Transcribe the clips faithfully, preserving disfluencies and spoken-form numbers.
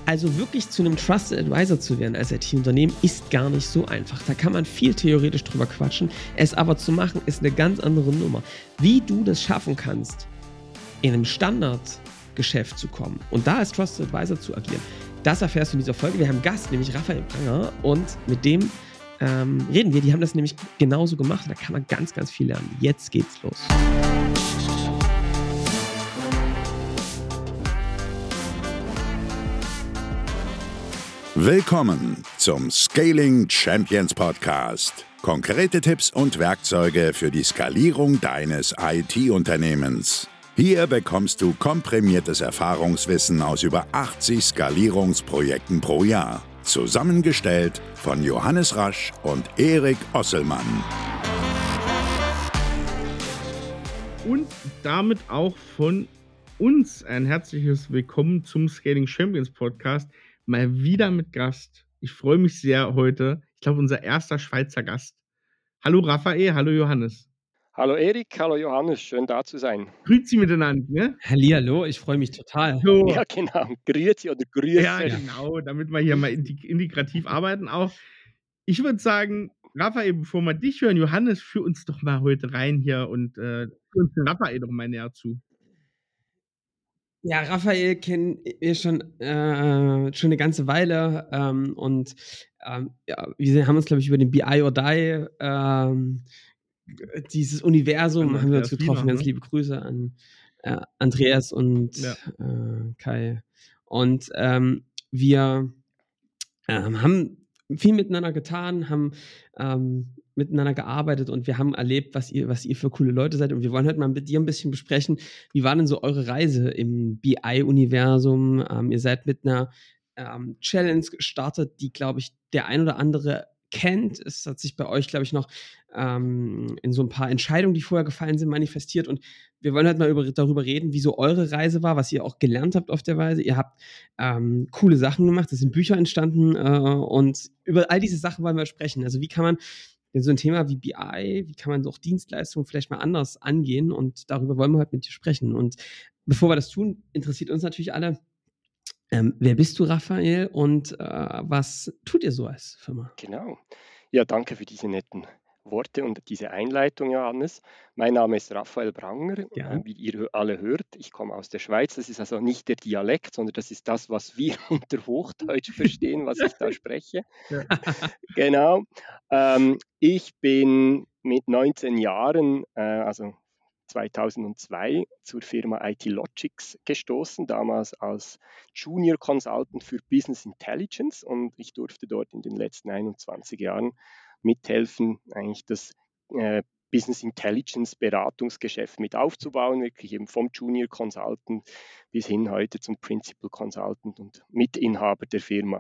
Also wirklich zu einem Trusted Advisor zu werden als I T-Unternehmen ist gar nicht so einfach. Da kann man viel theoretisch drüber quatschen. Es aber zu machen, ist eine ganz andere Nummer. Wie du das schaffen kannst, in einem Standardgeschäft zu kommen und da als Trusted Advisor zu agieren, das erfährst du in dieser Folge. Wir haben einen Gast, nämlich Raphael Pranger, und mit dem ähm, reden wir. Die haben das nämlich genauso gemacht. Da kann man ganz, ganz viel lernen. Jetzt geht's los. Willkommen zum Scaling Champions Podcast. Konkrete Tipps und Werkzeuge für die Skalierung deines I T-Unternehmens. Hier bekommst du komprimiertes Erfahrungswissen aus über achtzig Skalierungsprojekten pro Jahr. Zusammengestellt von Johannes Rasch und Erik Osselmann. Und damit auch von uns ein herzliches Willkommen zum Scaling Champions Podcast. Mal wieder mit Gast. Ich freue mich sehr heute. Ich glaube, unser erster Schweizer Gast. Hallo Raphael, hallo Johannes. Hallo Erik, hallo Johannes, schön da zu sein. Grüezi miteinander, ne? Hallihallo, ich freue mich total. So. Ja, genau. Grüezi oder Grüße. Ja, genau, damit wir hier mal integrativ arbeiten auch. Ich würde sagen, Raphael, bevor wir dich hören, Johannes, führ uns doch mal heute rein hier und äh, führ uns den Raphael doch mal näher zu. Ja, Raphael kennen wir schon, äh, schon eine ganze Weile ähm, und ähm, ja, wir haben uns, glaube ich, über den B I or Die, ähm, dieses Universum, An haben wir uns Andreas getroffen. Wiener, Ganz ne? liebe Grüße an äh, Andreas und Ja. äh, Kai. Und ähm, wir ähm, haben viel miteinander getan, haben ähm, miteinander gearbeitet und wir haben erlebt, was ihr, was ihr für coole Leute seid. Und wir wollen heute mal mit dir ein bisschen besprechen, wie war denn so eure Reise im B I-Universum? Ähm, ihr seid mit einer ähm, Challenge gestartet, die, glaube ich, der ein oder andere kennt. Es hat sich bei euch, glaube ich, noch ähm, in so ein paar Entscheidungen, die vorher gefallen sind, manifestiert. Und wir wollen halt mal über, darüber reden, wie so eure Reise war, was ihr auch gelernt habt auf der Weise. Ihr habt ähm, coole Sachen gemacht, es sind Bücher entstanden äh, und über all diese Sachen wollen wir sprechen. Also wie kann man so ein Thema wie B I, wie kann man auch Dienstleistungen vielleicht mal anders angehen, und darüber wollen wir heute mit dir sprechen. Und bevor wir das tun, interessiert uns natürlich alle, ähm, wer bist du, Raphael, und äh, was tut ihr so als Firma? Genau. Ja, danke für diese netten Worte und diese Einleitung, Johannes. Mein Name ist Raphael Pranger, Ja. äh, wie ihr alle hört. Ich komme aus der Schweiz. Das ist also nicht der Dialekt, sondern das ist das, was wir unter Hochdeutsch verstehen, was ich da spreche. Ja. Genau. Ähm, ich bin mit neunzehn Jahren, äh, also zweitausendzwei, zur Firma I T Logics gestoßen, damals als Junior Consultant für Business Intelligence, und ich durfte dort in den letzten einundzwanzig Jahren mithelfen, eigentlich das äh, Business Intelligence Beratungsgeschäft mit aufzubauen, wirklich eben vom Junior Consultant bis hin heute zum Principal Consultant und Mitinhaber der Firma.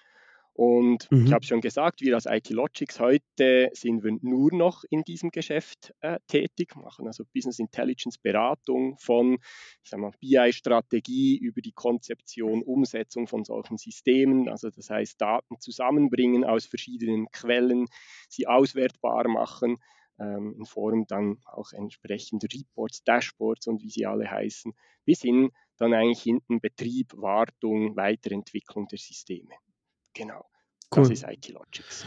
Und Mhm. ich habe schon gesagt, wir als I T Logics heute sind wir nur noch in diesem Geschäft äh, tätig, machen also Business Intelligence Beratung von, ich sag mal, B I-Strategie über die Konzeption, Umsetzung von solchen Systemen, also das heißt Daten zusammenbringen aus verschiedenen Quellen, sie auswertbar machen, ähm, in Form dann auch entsprechend Reports, Dashboards und wie sie alle heißen, bis hin dann eigentlich hinten Betrieb, Wartung, Weiterentwicklung der Systeme. Genau, das Cool. ist I T Logics.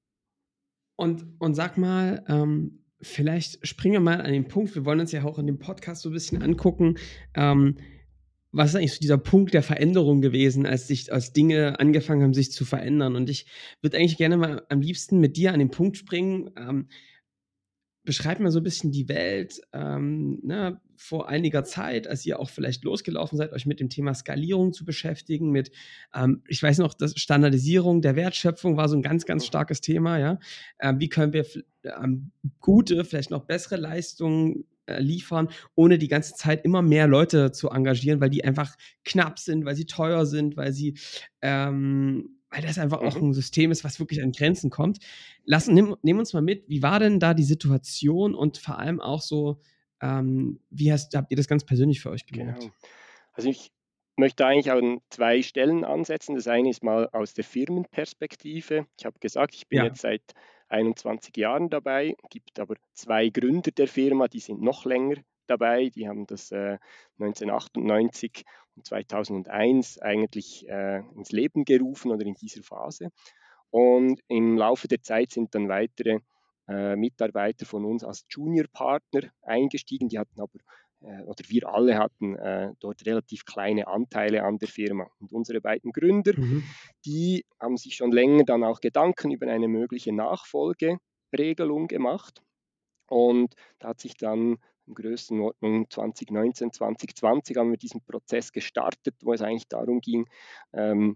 Und, und sag mal, ähm, vielleicht springen wir mal an den Punkt, wir wollen uns ja auch in dem Podcast so ein bisschen angucken, ähm, was ist eigentlich so dieser Punkt der Veränderung gewesen, als sich, als Dinge angefangen haben, sich zu verändern. Und ich würde eigentlich gerne mal am liebsten mit dir an den Punkt springen. Ähm, beschreib mal so ein bisschen die Welt ähm, ne, vor einiger Zeit, als ihr auch vielleicht losgelaufen seid, euch mit dem Thema Skalierung zu beschäftigen, mit, ähm, ich weiß noch, das Standardisierung der Wertschöpfung war so ein ganz, ganz starkes Thema, ja. Ähm, wie können wir ähm, gute, vielleicht noch bessere Leistungen äh, liefern, ohne die ganze Zeit immer mehr Leute zu engagieren, weil die einfach knapp sind, weil sie teuer sind, weil sie ähm, weil das einfach mhm. auch ein System ist, was wirklich an Grenzen kommt. Lass, nimm, nimm uns mal mit, wie war denn da die Situation und vor allem auch so, ähm, wie hast, habt ihr das ganz persönlich für euch gemerkt? Genau. Also ich möchte eigentlich an zwei Stellen ansetzen. Das eine ist mal aus der Firmenperspektive. Ich habe gesagt, ich bin Ja. jetzt seit einundzwanzig Jahren dabei, gibt aber zwei Gründer der Firma, die sind noch länger dabei. Die haben das äh, neunzehnhundertachtundneunzig und zweitausendeins eigentlich äh, ins Leben gerufen oder in dieser Phase. Und im Laufe der Zeit sind dann weitere äh, Mitarbeiter von uns als Junior-Partner eingestiegen. Die hatten aber, äh, oder wir alle hatten äh, dort relativ kleine Anteile an der Firma. Und unsere beiden Gründer, Mhm. die haben sich schon länger dann auch Gedanken über eine mögliche Nachfolgeregelung gemacht. Und da hat sich dann in Größenordnung zwanzig neunzehn, zwanzig zwanzig haben wir diesen Prozess gestartet, wo es eigentlich darum ging, ähm,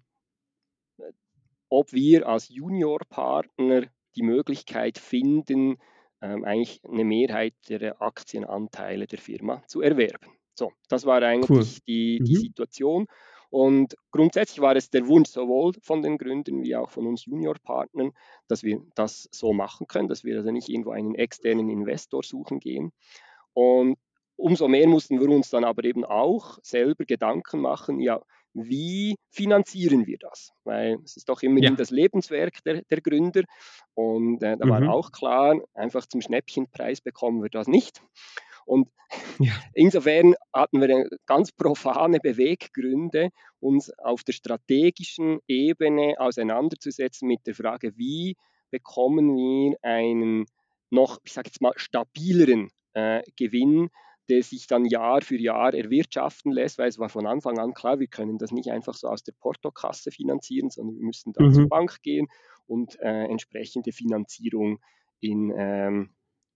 ob wir als Juniorpartner die Möglichkeit finden, ähm, eigentlich eine Mehrheit der Aktienanteile der Firma zu erwerben. So, das war Cool. eigentlich die, die Mhm. Situation. Und grundsätzlich war es der Wunsch sowohl von den Gründern wie auch von uns Juniorpartnern, dass wir das so machen können, dass wir also nicht irgendwo einen externen Investor suchen gehen. Und umso mehr mussten wir uns dann aber eben auch selber Gedanken machen, ja, wie finanzieren wir das? Weil es ist doch immerhin Ja. das Lebenswerk der, der Gründer. Und äh, da war Mhm. auch klar, einfach zum Schnäppchenpreis bekommen wir das nicht. Und Ja. insofern hatten wir ganz profane Beweggründe, uns auf der strategischen Ebene auseinanderzusetzen mit der Frage, wie bekommen wir einen noch, ich sage jetzt mal, stabileren äh, Gewinn, der sich dann Jahr für Jahr erwirtschaften lässt, weil es war von Anfang an klar, wir können das nicht einfach so aus der Portokasse finanzieren, sondern wir müssen da Mhm. zur Bank gehen und äh, entsprechende Finanzierung in ähm,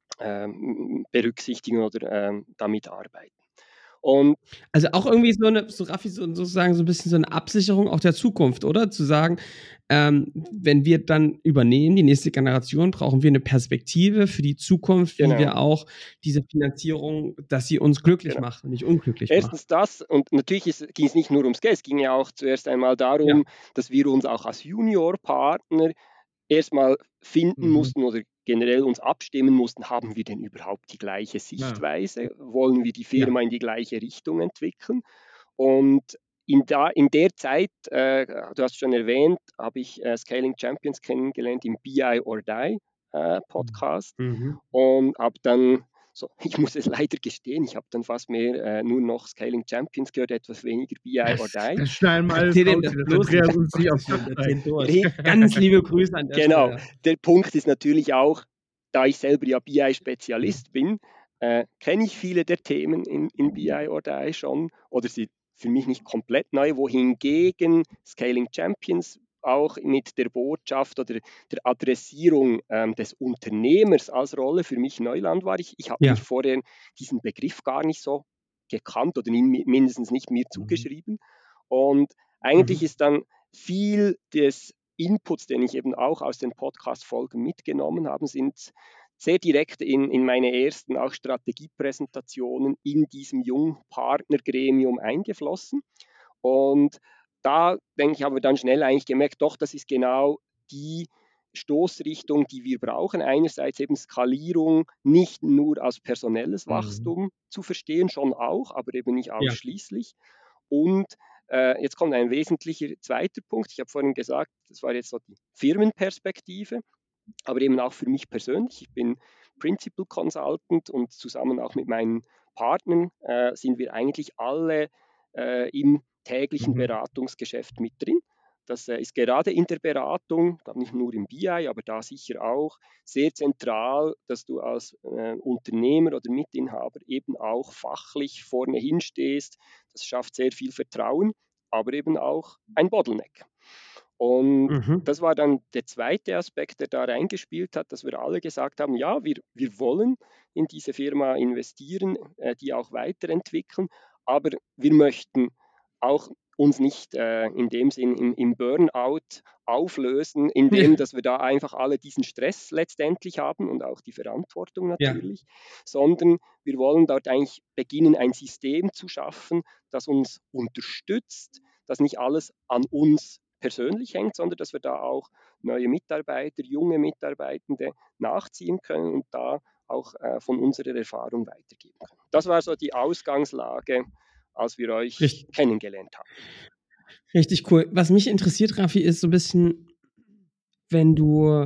ähm, berücksichtigen oder ähm, damit arbeiten. Und Also auch irgendwie so eine, so Raffi, so, sozusagen so ein bisschen so eine Absicherung auch der Zukunft, oder? Zu sagen, ähm, wenn wir dann übernehmen, die nächste Generation, brauchen wir eine Perspektive für die Zukunft, wie genau, wir auch diese Finanzierung, dass sie uns glücklich genau. macht und nicht unglücklich macht. Erstens das, und natürlich ist, ging es nicht nur ums Geld, es ging ja auch zuerst einmal darum, Ja. dass wir uns auch als Juniorpartner erstmal finden Mhm. mussten oder generell uns abstimmen mussten, haben wir denn überhaupt die gleiche Ja. Sichtweise? Wollen wir die Firma Ja. in die gleiche Richtung entwickeln? Und in, da, in der Zeit, äh, du hast schon erwähnt, habe ich äh, Scaling Champions kennengelernt im B I or Die äh, Podcast Mhm. und habe dann, so, ich muss es leider gestehen, ich habe dann fast mehr äh, nur noch Scaling Champions gehört, etwas weniger B I or Das, Die. das schneiden wir alles Erzähl dem raus, das das bloß Andreas nicht. uns nicht Um aufs Gottes Dach Willen, erzähl treibt. durch. Re- Ganz liebe Grüße an der Genau, Stelle. der Punkt ist natürlich auch, da ich selber ja B I-Spezialist bin, äh, kenne ich viele der Themen in, in B I or Die schon oder sie für mich nicht komplett neu, wohingegen Scaling Champions auch mit der Botschaft oder der Adressierung ähm, des Unternehmers als Rolle für mich Neuland war. Ich, ich habe Ja. mich vorher diesen Begriff gar nicht so gekannt oder ihn mi- mindestens nicht mir Mhm. zugeschrieben. Und eigentlich Mhm. ist dann viel des Inputs, den ich eben auch aus den Podcast-Folgen mitgenommen habe, sind sehr direkt in, in meine ersten auch Strategiepräsentationen in diesem Jungpartnergremium eingeflossen. Und da, denke ich, haben wir dann schnell eigentlich gemerkt, doch, das ist genau die Stoßrichtung, die wir brauchen. Einerseits eben Skalierung nicht nur als personelles Mhm. Wachstum zu verstehen, schon auch, aber eben nicht Ja. ausschließlich. Und äh, jetzt kommt ein wesentlicher zweiter Punkt. Ich habe vorhin gesagt, das war jetzt so die Firmenperspektive, aber eben auch für mich persönlich. Ich bin Principal Consultant und zusammen auch mit meinen Partnern äh, sind wir eigentlich alle äh, im täglichen Mhm. Beratungsgeschäft mit drin. Das äh, ist gerade in der Beratung, nicht nur im B I, aber da sicher auch sehr zentral, dass du als äh, Unternehmer oder Mitinhaber eben auch fachlich vorne hinstehst. Das schafft sehr viel Vertrauen, aber eben auch ein Bottleneck. Und Mhm. das war dann der zweite Aspekt, der da reingespielt hat, dass wir alle gesagt haben, ja, wir, wir wollen in diese Firma investieren, äh, die auch weiterentwickeln, aber wir möchten auch uns nicht äh, in dem Sinn im, im Burnout auflösen, indem, Ja. dass wir da einfach alle diesen Stress letztendlich haben und auch die Verantwortung Ja. natürlich, sondern wir wollen dort eigentlich beginnen, ein System zu schaffen, das uns unterstützt, dass nicht alles an uns persönlich hängt, sondern dass wir da auch neue Mitarbeiter, junge Mitarbeitende nachziehen können und da auch äh, von unserer Erfahrung weitergeben können. Das war so die Ausgangslage, als wir euch Richtig. kennengelernt haben. Richtig cool. Was mich interessiert, Raffi, ist so ein bisschen, wenn du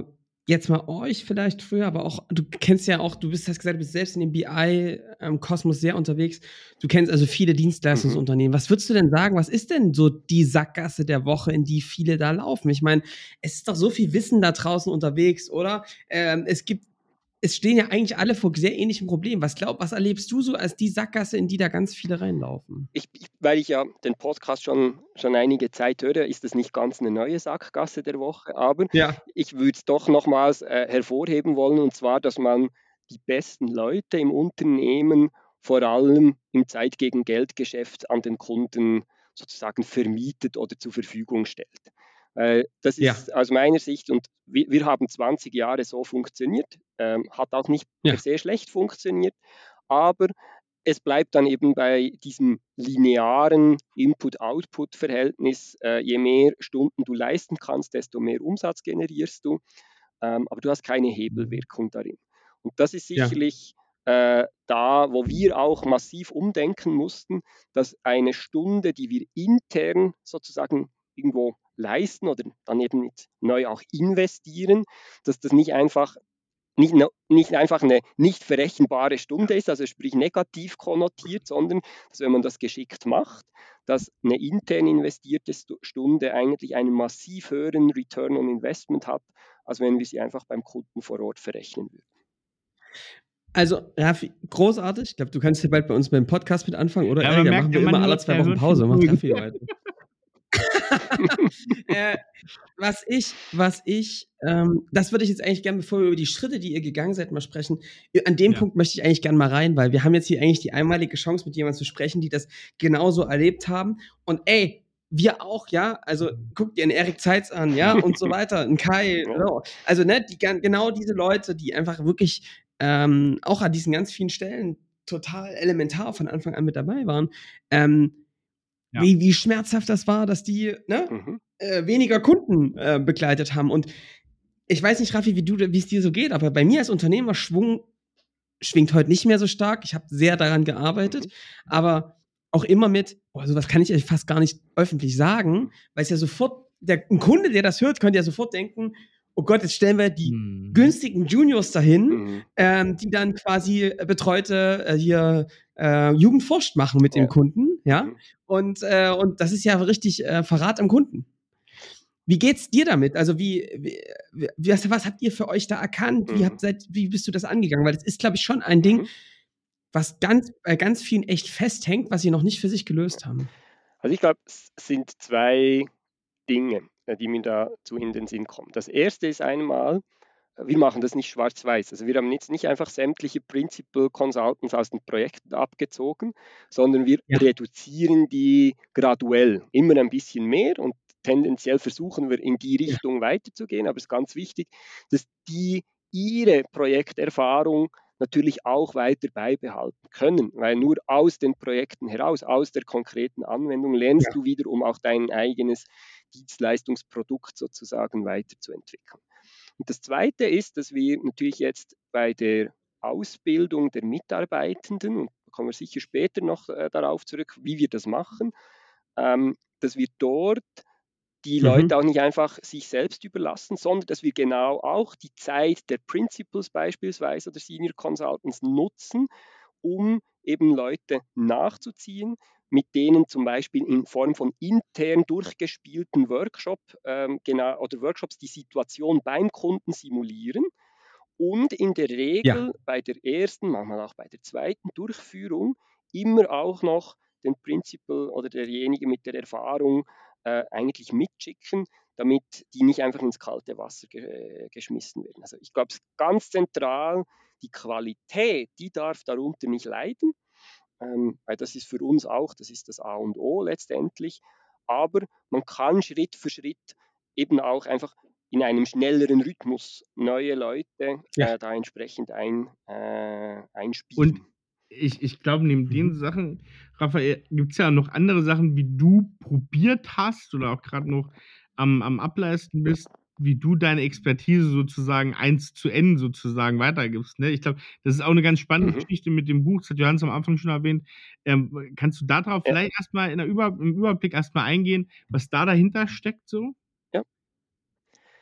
jetzt mal euch vielleicht früher, aber auch, du kennst ja auch, du bist, hast gesagt, du bist selbst in dem B I-Kosmos sehr unterwegs. Du kennst also viele Dienstleistungsunternehmen. Mhm. Was würdest du denn sagen, was ist denn so die Sackgasse der Woche, in die viele da laufen? Ich meine, es ist doch so viel Wissen da draußen unterwegs, oder? Ähm, es gibt Es stehen ja eigentlich alle vor sehr ähnlichen Problemen. Was glaub, was erlebst du so als die Sackgasse, in die da ganz viele reinlaufen? Ich, ich, weil ich ja den Podcast schon, schon einige Zeit höre, ist das nicht ganz eine neue Sackgasse der Woche, aber ja. ich würde es doch nochmals äh, hervorheben wollen, und zwar, dass man die besten Leute im Unternehmen vor allem im Zeit gegen Geldgeschäft an den Kunden sozusagen vermietet oder zur Verfügung stellt. Äh, das ist ja. aus meiner Sicht, und wir, wir haben zwanzig Jahre so funktioniert, ähm, hat auch nicht ja. per se schlecht funktioniert, aber es bleibt dann eben bei diesem linearen Input-Output-Verhältnis. Äh, je mehr Stunden du leisten kannst, desto mehr Umsatz generierst du, ähm, aber du hast keine Hebelwirkung darin. Und das ist sicherlich ja. äh, da, wo wir auch massiv umdenken mussten, dass eine Stunde, die wir intern sozusagen irgendwo leisten oder dann eben neu auch investieren, dass das nicht einfach Nicht, nicht einfach eine nicht verrechenbare Stunde ist, also sprich negativ konnotiert, sondern dass, wenn man das geschickt macht, dass eine intern investierte Stunde eigentlich einen massiv höheren Return on Investment hat, als wenn wir sie einfach beim Kunden vor Ort verrechnen würden. Also, Raffi, großartig. Ich glaube, du kannst hier bald bei uns beim Podcast mit anfangen, oder? Ja, man da merkt, machen wir immer alle zwei Wochen Pause. Macht Raffi heute. äh, was ich, was ich, ähm, das würde ich jetzt eigentlich gerne, bevor wir über die Schritte, die ihr gegangen seid, mal sprechen. An dem ja. Punkt möchte ich eigentlich gerne mal rein, weil wir haben jetzt hier eigentlich die einmalige Chance, mit jemandem zu sprechen, die das genauso erlebt haben. Und ey, wir auch, ja, also guckt ihr einen Erik Zeitz an, ja, und so weiter, einen Kai, so. Also, ne, die, genau diese Leute, die einfach wirklich ähm, auch an diesen ganz vielen Stellen total elementar von Anfang an mit dabei waren, ähm, Ja. Wie, wie schmerzhaft das war, dass die ne, mhm. äh, weniger Kunden äh, begleitet haben. Und ich weiß nicht, Raffi, wie du, wie es dir so geht, aber bei mir als Unternehmer Schwung schwingt heute nicht mehr so stark. Ich habe sehr daran gearbeitet, mhm. aber auch immer mit, boah, sowas kann ich eigentlich fast gar nicht öffentlich sagen, weil es ja sofort, der, ein Kunde, der das hört, könnte ja sofort denken, oh Gott, jetzt stellen wir die hm. günstigen Juniors dahin, mhm. ähm, die dann quasi betreute äh, hier äh, Jugendforscht machen mit ja. dem Kunden, ja. Mhm. Und, äh, und das ist ja richtig äh, Verrat am Kunden. Wie geht's dir damit? Also wie, wie was, was habt ihr für euch da erkannt? Mhm. Wie, habt, seit, wie bist du das angegangen? Weil das ist, glaube ich, schon ein Ding, mhm. was ganz, bei ganz vielen echt festhängt, was sie noch nicht für sich gelöst haben. Also ich glaube, es sind zwei Dinge, die mir dazu in den Sinn kommen. Das erste ist einmal, wir machen das nicht schwarz-weiß. Also wir haben jetzt nicht einfach sämtliche Principal Consultants aus den Projekten abgezogen, sondern wir ja. reduzieren die graduell, immer ein bisschen mehr, und tendenziell versuchen wir in die Richtung ja. weiterzugehen. Aber es ist ganz wichtig, dass die ihre Projekterfahrung natürlich auch weiter beibehalten können, weil nur aus den Projekten heraus, aus der konkreten Anwendung lernst ja. du wiederum auch dein eigenes Dienstleistungsprodukt sozusagen weiterzuentwickeln. Und das Zweite ist, dass wir natürlich jetzt bei der Ausbildung der Mitarbeitenden, und da kommen wir sicher später noch äh, darauf zurück, wie wir das machen, ähm, dass wir dort die mhm. Leute auch nicht einfach sich selbst überlassen, sondern dass wir genau auch die Zeit der Principals beispielsweise oder Senior Consultants nutzen, um eben Leute nachzuziehen, mit denen zum Beispiel in Form von intern durchgespielten Workshop, ähm, genau, oder Workshops die Situation beim Kunden simulieren und in der Regel ja. bei der ersten, manchmal auch bei der zweiten Durchführung immer auch noch den Principal oder derjenige mit der Erfahrung äh, eigentlich mitschicken, damit die nicht einfach ins kalte Wasser ge- geschmissen werden. Also ich glaube, es ist ganz zentral, die Qualität, die darf darunter nicht leiden, ähm, weil das ist für uns auch, das ist das A und O letztendlich, aber man kann Schritt für Schritt eben auch einfach in einem schnelleren Rhythmus neue Leute ja. äh, da entsprechend ein, äh, einspielen. Und ich, ich glaube, neben mhm. den Sachen, Raphael, gibt es ja noch andere Sachen, wie du probiert hast oder auch gerade noch am, am Ableisten bist, wie du deine Expertise sozusagen eins zu N sozusagen weitergibst. Ne? Ich glaube, das ist auch eine ganz spannende mhm. Geschichte mit dem Buch, das hat Johannes am Anfang schon erwähnt. Ähm, kannst du darauf ja. vielleicht erstmal in der Über, im Überblick erstmal eingehen, was da dahinter steckt so? Ja.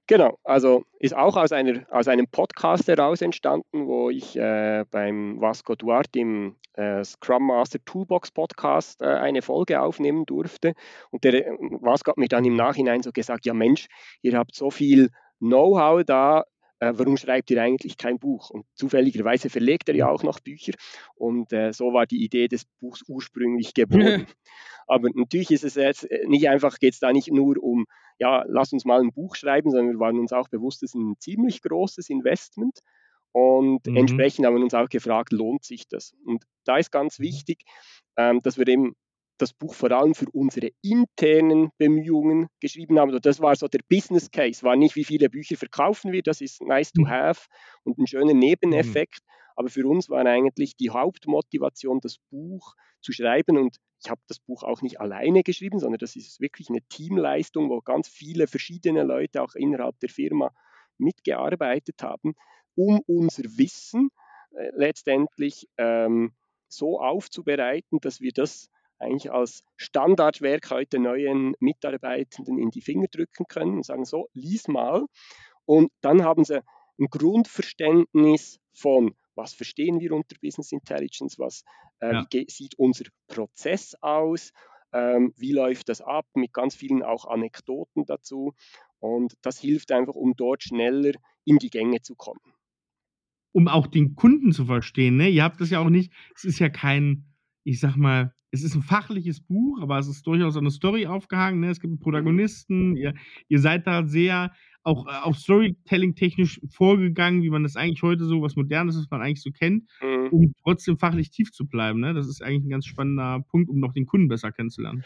Genau, also ist auch aus, einer, aus einem Podcast heraus entstanden, wo ich äh, beim Vasco Duarte im äh, Scrum Master Toolbox Podcast äh, eine Folge aufnehmen durfte. Und der äh, Vasco hat mir dann im Nachhinein so gesagt, ja Mensch, ihr habt so viel Know-how da, äh, warum schreibt ihr eigentlich kein Buch? Und zufälligerweise verlegt er ja auch noch Bücher. Und äh, so war die Idee des Buchs ursprünglich geboren. Aber natürlich ist es jetzt nicht einfach, geht es da nicht nur um, ja, lass uns mal ein Buch schreiben, sondern wir waren uns auch bewusst, das ist ein ziemlich großes Investment. Und mhm. entsprechend haben wir uns auch gefragt, lohnt sich das? Und da ist ganz wichtig, ähm, dass wir eben das Buch vor allem für unsere internen Bemühungen geschrieben haben. Also das war so der Business Case, war nicht, wie viele Bücher verkaufen wir, das ist nice to have und ein schöner Nebeneffekt. Mhm. Aber für uns war eigentlich die Hauptmotivation, das Buch zu schreiben. Und ich habe das Buch auch nicht alleine geschrieben, sondern das ist wirklich eine Teamleistung, wo ganz viele verschiedene Leute auch innerhalb der Firma mitgearbeitet haben, um unser Wissen äh, letztendlich ähm, so aufzubereiten, dass wir das eigentlich als Standardwerk heute neuen Mitarbeitenden in die Finger drücken können und sagen, so, lies mal. Und dann haben sie ein Grundverständnis von, was verstehen wir unter Business Intelligence, was, äh, ja. wie sieht unser Prozess aus, ähm, wie läuft das ab, mit ganz vielen auch Anekdoten dazu. Und das hilft einfach, um dort schneller in die Gänge zu kommen. Um auch den Kunden zu verstehen, ne? Ihr habt das ja auch nicht, es ist ja kein, ich sag mal, es ist ein fachliches Buch, aber es ist durchaus eine Story aufgehangen, ne? Es gibt einen Protagonisten, ihr, ihr seid da sehr auch, auch Storytelling-technisch vorgegangen, wie man das eigentlich heute so, was Modernes, was man eigentlich so kennt, mhm. um trotzdem fachlich tief zu bleiben, ne? Das ist eigentlich ein ganz spannender Punkt, um noch den Kunden besser kennenzulernen.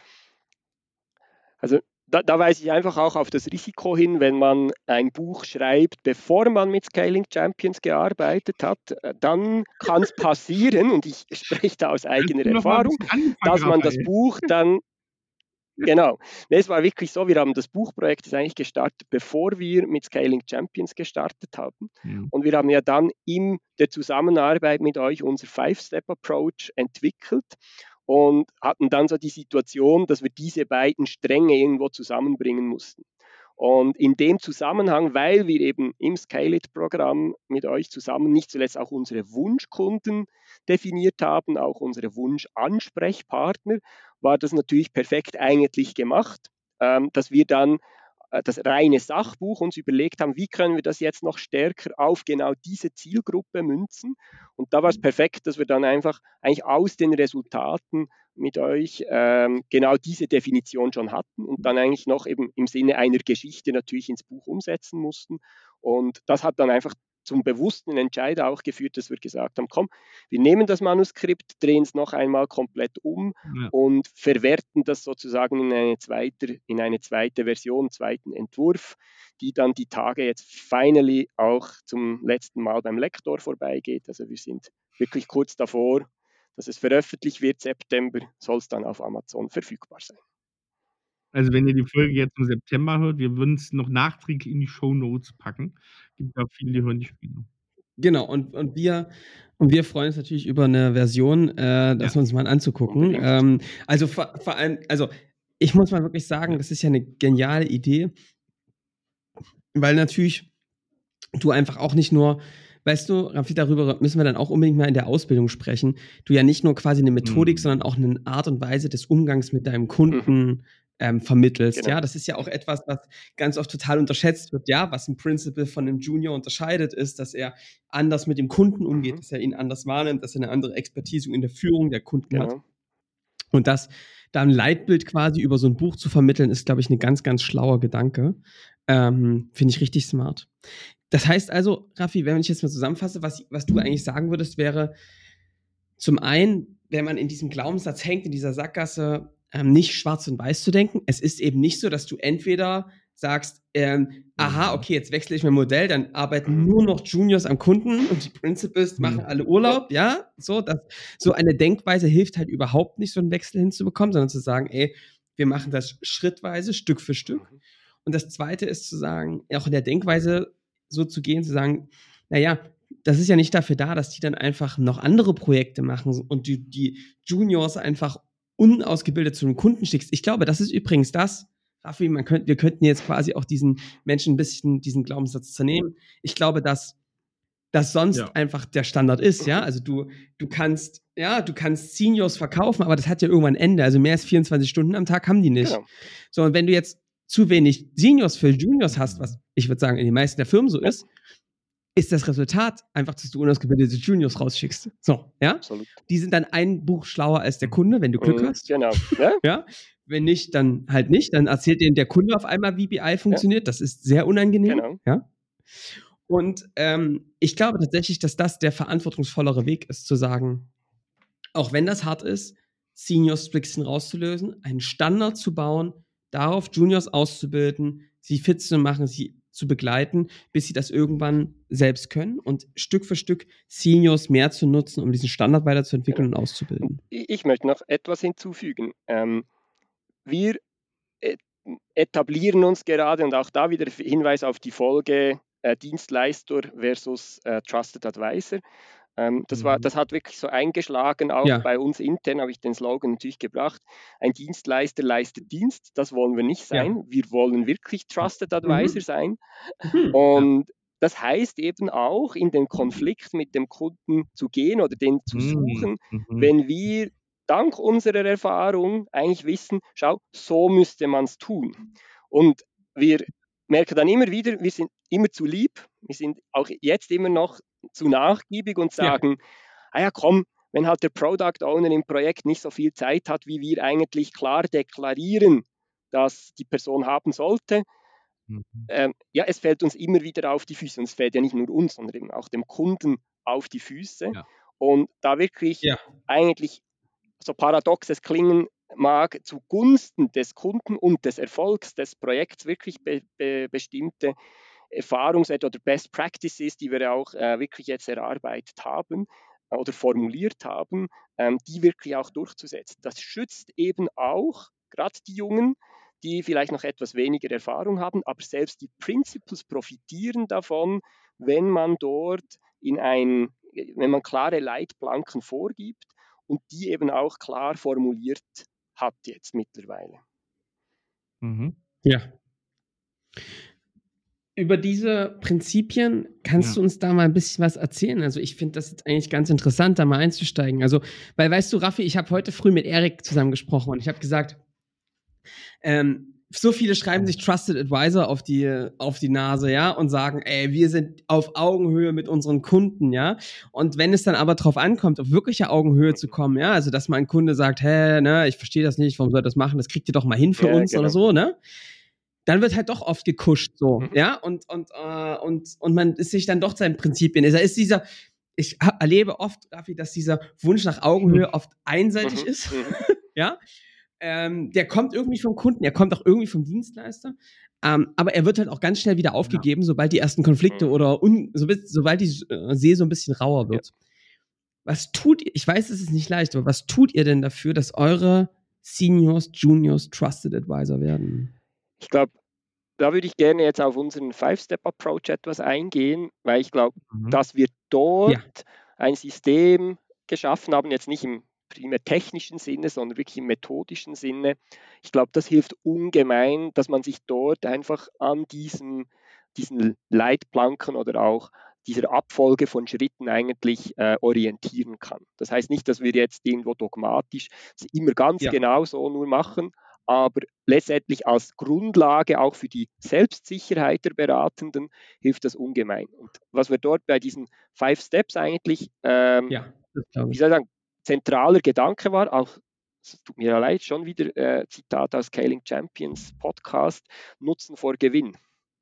Also Da, da weise ich einfach auch auf das Risiko hin, wenn man ein Buch schreibt, bevor man mit Scaling Champions gearbeitet hat, dann kann es passieren, und ich spreche da aus eigener Erfahrung, dass man das Buch dann, genau, nee, es war wirklich so, wir haben das Buchprojekt ist eigentlich gestartet, bevor wir mit Scaling Champions gestartet haben. Ja. Und wir haben ja dann in der Zusammenarbeit mit euch unser Five-Step-Approach entwickelt. Und hatten dann so die Situation, dass wir diese beiden Stränge irgendwo zusammenbringen mussten. Und in dem Zusammenhang, weil wir eben im Scale-It-Programm mit euch zusammen nicht zuletzt auch unsere Wunschkunden definiert haben, auch unsere Wunschansprechpartner, war das natürlich perfekt eigentlich gemacht, ähm, dass wir dann das reine Sachbuch uns überlegt haben, wie können wir das jetzt noch stärker auf genau diese Zielgruppe münzen. Und da war es perfekt, dass wir dann einfach eigentlich aus den Resultaten mit euch ähm, genau diese Definition schon hatten und dann eigentlich noch eben im Sinne einer Geschichte natürlich ins Buch umsetzen mussten. Und das hat dann einfach zum bewussten Entscheid auch geführt, dass wir gesagt haben, komm, wir nehmen das Manuskript, drehen es noch einmal komplett um ja. und verwerten das sozusagen in eine zweite, in eine zweite Version, einen zweiten Entwurf, die dann die Tage jetzt finally auch zum letzten Mal beim Lektor vorbeigeht. Also wir sind wirklich kurz davor, dass es veröffentlicht wird. September soll es dann auf Amazon verfügbar sein. Also wenn ihr die Folge jetzt im September hört, wir würden es noch nachträglich in die Shownotes packen. Gibt da viele, die hören die Spiele. Genau, und, und, wir, und wir freuen uns natürlich über eine Version, äh, das ja. uns mal anzugucken. Ähm, also vor, vor allem, also ich muss mal wirklich sagen, das ist ja eine geniale Idee, weil natürlich du einfach auch nicht nur, weißt du, Rafi, darüber müssen wir dann auch unbedingt mal in der Ausbildung sprechen, du ja nicht nur quasi eine Methodik, mhm. sondern auch eine Art und Weise des Umgangs mit deinem Kunden mhm. Ähm, vermittelst, genau. ja, das ist ja auch etwas, was ganz oft total unterschätzt wird, ja, was ein Principal von einem Junior unterscheidet, ist, dass er anders mit dem Kunden umgeht, mhm. dass er ihn anders wahrnimmt, dass er eine andere Expertise in der Führung der Kunden genau. hat. Und das, da ein Leitbild quasi über so ein Buch zu vermitteln, ist, glaube ich, ein ganz, ganz schlauer Gedanke. Ähm, finde ich richtig smart. Das heißt also, Rafi, wenn ich jetzt mal zusammenfasse, was, was du eigentlich sagen würdest, wäre zum einen, wenn man in diesem Glaubenssatz hängt, in dieser Sackgasse, Ähm, nicht schwarz und weiß zu denken. Es ist eben nicht so, dass du entweder sagst, ähm, aha, okay, jetzt wechsle ich mein Modell, dann arbeiten nur noch Juniors am Kunden und die Principals machen alle Urlaub, ja, so, das, so eine Denkweise hilft halt überhaupt nicht, so einen Wechsel hinzubekommen, sondern zu sagen, ey, wir machen das schrittweise, Stück für Stück. Und das Zweite ist zu sagen, auch in der Denkweise so zu gehen, zu sagen, naja, das ist ja nicht dafür da, dass die dann einfach noch andere Projekte machen und die, die Juniors einfach unausgebildet zu einem Kunden schickst. Ich glaube, das ist übrigens das, Raffi, man könnt, wir könnten jetzt quasi auch diesen Menschen ein bisschen diesen Glaubenssatz zernehmen. Ich glaube, dass das sonst ja. einfach der Standard ist, ja. Also du, du kannst, ja, du kannst Seniors verkaufen, aber das hat ja irgendwann ein Ende. Also mehr als vierundzwanzig Stunden am Tag haben die nicht. Genau. So, und wenn du jetzt zu wenig Seniors für Juniors hast, was ich würde sagen in den meisten der Firmen so ist, ist das Resultat einfach, dass du unausgebildete Juniors rausschickst. So, ja. Absolut. Die sind dann ein Buch schlauer als der Kunde, wenn du Glück hast. Genau. Ja? Ja. Wenn nicht, dann halt nicht. Dann erzählt denen der Kunde auf einmal, wie B I funktioniert. Ja. Das ist sehr unangenehm. Genau. Ja. Und ähm, ich glaube tatsächlich, dass das der verantwortungsvollere Weg ist, zu sagen, auch wenn das hart ist, Seniors ein bisschen rauszulösen, einen Standard zu bauen, darauf Juniors auszubilden, sie fit zu machen, sie zu begleiten, bis sie das irgendwann selbst können und Stück für Stück Seniors mehr zu nutzen, um diesen Standard weiterzuentwickeln und auszubilden. Ich möchte noch etwas hinzufügen. Ähm, wir etablieren uns gerade, und auch da wieder Hinweis auf die Folge äh, Dienstleister versus äh, Trusted Advisor. Ähm, das, war, das hat wirklich so eingeschlagen, auch ja. bei uns intern habe ich den Slogan natürlich gebracht, ein Dienstleister leistet Dienst, das wollen wir nicht sein, ja. wir wollen wirklich Trusted Advisor mhm. sein. Mhm. Und ja. das heißt eben auch, in den Konflikt mit dem Kunden zu gehen oder den zu suchen, mhm. wenn wir dank unserer Erfahrung eigentlich wissen, schau, so müsste man es tun. Und wir merken dann immer wieder, wir sind immer zu lieb, wir sind auch jetzt immer noch zu nachgiebig und sagen, ja. ah ja komm, wenn halt der Product Owner im Projekt nicht so viel Zeit hat, wie wir eigentlich klar deklarieren, dass die Person haben sollte, mhm. ähm, ja, es fällt uns immer wieder auf die Füße. Und es fällt ja nicht nur uns, sondern eben auch dem Kunden auf die Füße. Ja. Und da wirklich ja. eigentlich, so paradox es klingen mag, zugunsten des Kunden und des Erfolgs des Projekts wirklich be, be, bestimmte Erfahrungs- oder Best Practices, die wir auch äh, wirklich jetzt erarbeitet haben äh, oder formuliert haben, ähm, die wirklich auch durchzusetzen. Das schützt eben auch gerade die Jungen, die vielleicht noch etwas weniger Erfahrung haben, aber selbst die Principles profitieren davon, wenn man dort in ein, wenn man klare Leitplanken vorgibt und die eben auch klar formuliert hat jetzt mittlerweile. Mhm. Ja. Über diese Prinzipien kannst ja. du uns da mal ein bisschen was erzählen? Also ich finde das jetzt eigentlich ganz interessant, da mal einzusteigen. Also, weil weißt du, Raffi, ich habe heute früh mit Erik zusammen gesprochen und ich habe gesagt, ähm, so viele schreiben sich Trusted Advisor auf die, auf die Nase, ja, und sagen, ey, wir sind auf Augenhöhe mit unseren Kunden, ja. Und wenn es dann aber drauf ankommt, auf wirkliche Augenhöhe zu kommen, ja, also dass mal ein Kunde sagt, hä, ne, ich verstehe das nicht, warum soll ich das machen, das kriegt ihr doch mal hin für ja, uns genau. oder so, ne? Dann wird halt doch oft gekuscht, so, mhm. ja, und, und, äh, und, und man ist sich dann doch seinen Prinzipien. Da ist dieser, ich hab, erlebe oft, Raffi, dass dieser Wunsch nach Augenhöhe mhm. oft einseitig mhm. ist, ja. Ähm, der kommt irgendwie vom Kunden, er kommt auch irgendwie vom Dienstleister, ähm, aber er wird halt auch ganz schnell wieder aufgegeben, ja. sobald die ersten Konflikte mhm. oder un, so, sobald die äh, See so ein bisschen rauer wird. Ja. Was tut ihr, ich weiß, es ist nicht leicht, aber was tut ihr denn dafür, dass eure Seniors, Juniors Trusted Advisor werden? Ich glaube, da würde ich gerne jetzt auf unseren Five-Step-Approach etwas eingehen, weil ich glaube, mhm. dass wir dort ja. ein System geschaffen haben, jetzt nicht im primär technischen Sinne, sondern wirklich im methodischen Sinne. Ich glaube, das hilft ungemein, dass man sich dort einfach an diesem, diesen Leitplanken oder auch dieser Abfolge von Schritten eigentlich äh, orientieren kann. Das heißt nicht, dass wir jetzt irgendwo dogmatisch immer ganz ja. genau so nur machen, aber letztendlich als Grundlage auch für die Selbstsicherheit der Beratenden hilft das ungemein. Und was wir dort bei diesen Five Steps eigentlich, ähm, ja, wie soll ich sagen, zentraler Gedanke war, auch, es tut mir leid, schon wieder äh, Zitat aus Scaling Champions Podcast, Nutzen vor Gewinn.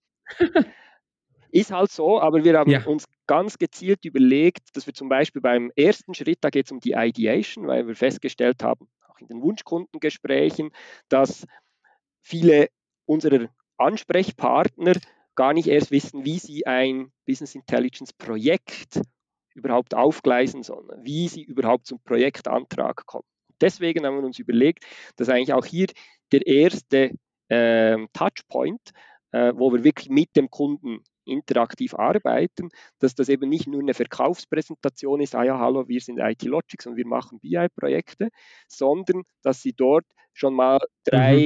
Ist halt so, aber wir haben ja. uns ganz gezielt überlegt, dass wir zum Beispiel beim ersten Schritt, da geht es um die Ideation, weil wir festgestellt haben, auch in den Wunschkundengesprächen, dass viele unserer Ansprechpartner gar nicht erst wissen, wie sie ein Business Intelligence Projekt überhaupt aufgleisen sollen, wie sie überhaupt zum Projektantrag kommen. Deswegen haben wir uns überlegt, dass eigentlich auch hier der erste äh, Touchpoint, äh, wo wir wirklich mit dem Kunden interaktiv arbeiten, dass das eben nicht nur eine Verkaufspräsentation ist, ah ja, hallo, wir sind I T Logics und wir machen B I-Projekte, sondern dass sie dort schon mal drei, mhm.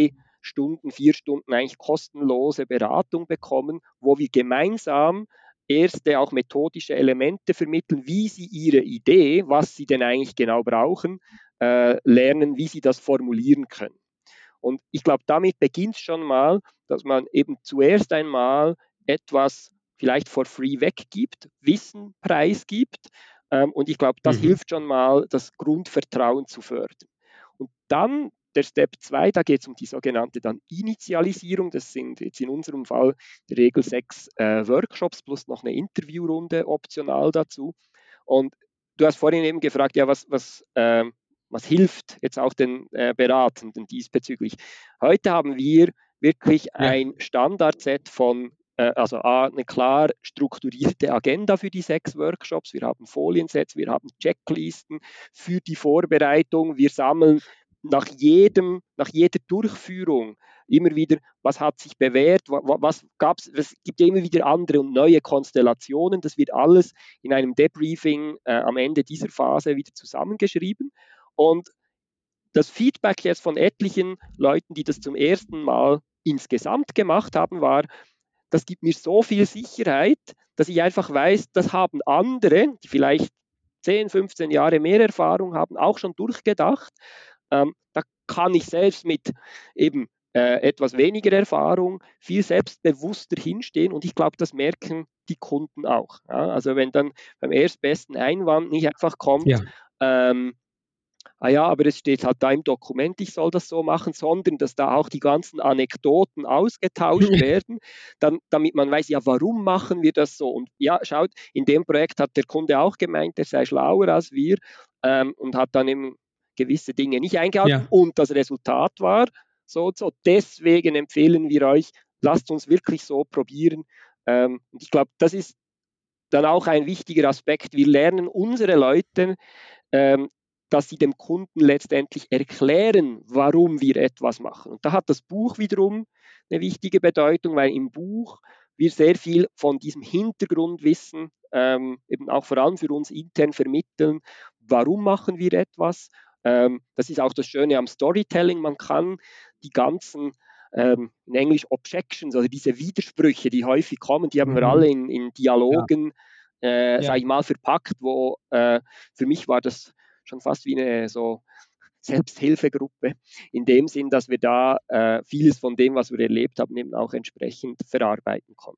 Stunden, vier Stunden eigentlich kostenlose Beratung bekommen, wo wir gemeinsam erste auch methodische Elemente vermitteln, wie sie ihre Idee, was sie denn eigentlich genau brauchen, äh, lernen, wie sie das formulieren können. Und ich glaube, damit beginnt es schon mal, dass man eben zuerst einmal etwas vielleicht for free weggibt, Wissen preisgibt. Ähm, und ich glaube, das mhm. hilft schon mal, das Grundvertrauen zu fördern. Und dann der Step zwei, da geht es um die sogenannte dann Initialisierung. Das sind jetzt in unserem Fall in der Regel sechs äh, Workshops plus noch eine Interviewrunde optional dazu. Und du hast vorhin eben gefragt, ja, was, was, äh, was hilft jetzt auch den äh, Beratenden diesbezüglich? Heute haben wir wirklich ja. ein Standardset von, äh, also A, eine klar strukturierte Agenda für die sechs Workshops. Wir haben Foliensets, wir haben Checklisten für die Vorbereitung. Wir sammeln nach jedem, nach jeder Durchführung immer wieder, was hat sich bewährt, was, was gab es, es gibt ja immer wieder andere und neue Konstellationen, das wird alles in einem Debriefing äh, am Ende dieser Phase wieder zusammengeschrieben und das Feedback jetzt von etlichen Leuten, die das zum ersten Mal insgesamt gemacht haben, war, das gibt mir so viel Sicherheit, dass ich einfach weiß, das haben andere, die vielleicht zehn, fünfzehn Jahre mehr Erfahrung haben, auch schon durchgedacht. Ähm, da kann ich selbst mit eben äh, etwas weniger Erfahrung viel selbstbewusster hinstehen und ich glaube, das merken die Kunden auch. Ja? Also wenn dann beim erstbesten Einwand nicht einfach kommt, ja. ähm, ah ja, aber es steht halt da im Dokument, ich soll das so machen, sondern dass da auch die ganzen Anekdoten ausgetauscht werden, dann, damit man weiß, ja, warum machen wir das so? Und ja, schaut, in dem Projekt hat der Kunde auch gemeint, er sei schlauer als wir ähm, und hat dann eben gewisse Dinge nicht eingehalten ja. und das Resultat war so und so. Deswegen empfehlen wir euch, lasst uns wirklich so probieren. Ähm, und ich glaube, das ist dann auch ein wichtiger Aspekt. Wir lernen unsere Leute, ähm, dass sie dem Kunden letztendlich erklären, warum wir etwas machen. Und da hat das Buch wiederum eine wichtige Bedeutung, weil im Buch wir sehr viel von diesem Hintergrundwissen ähm, eben auch vor allem für uns intern vermitteln, warum machen wir etwas. Ähm, das ist auch das Schöne am Storytelling, man kann die ganzen ähm, in Englisch Objections, also diese Widersprüche, die häufig kommen, die haben mhm. wir alle in, in Dialogen, ja. äh, ja. sage ich mal, verpackt, wo äh, für mich war das schon fast wie eine so Selbsthilfegruppe, in dem Sinn, dass wir da äh, vieles von dem, was wir erlebt haben, eben auch entsprechend verarbeiten konnten.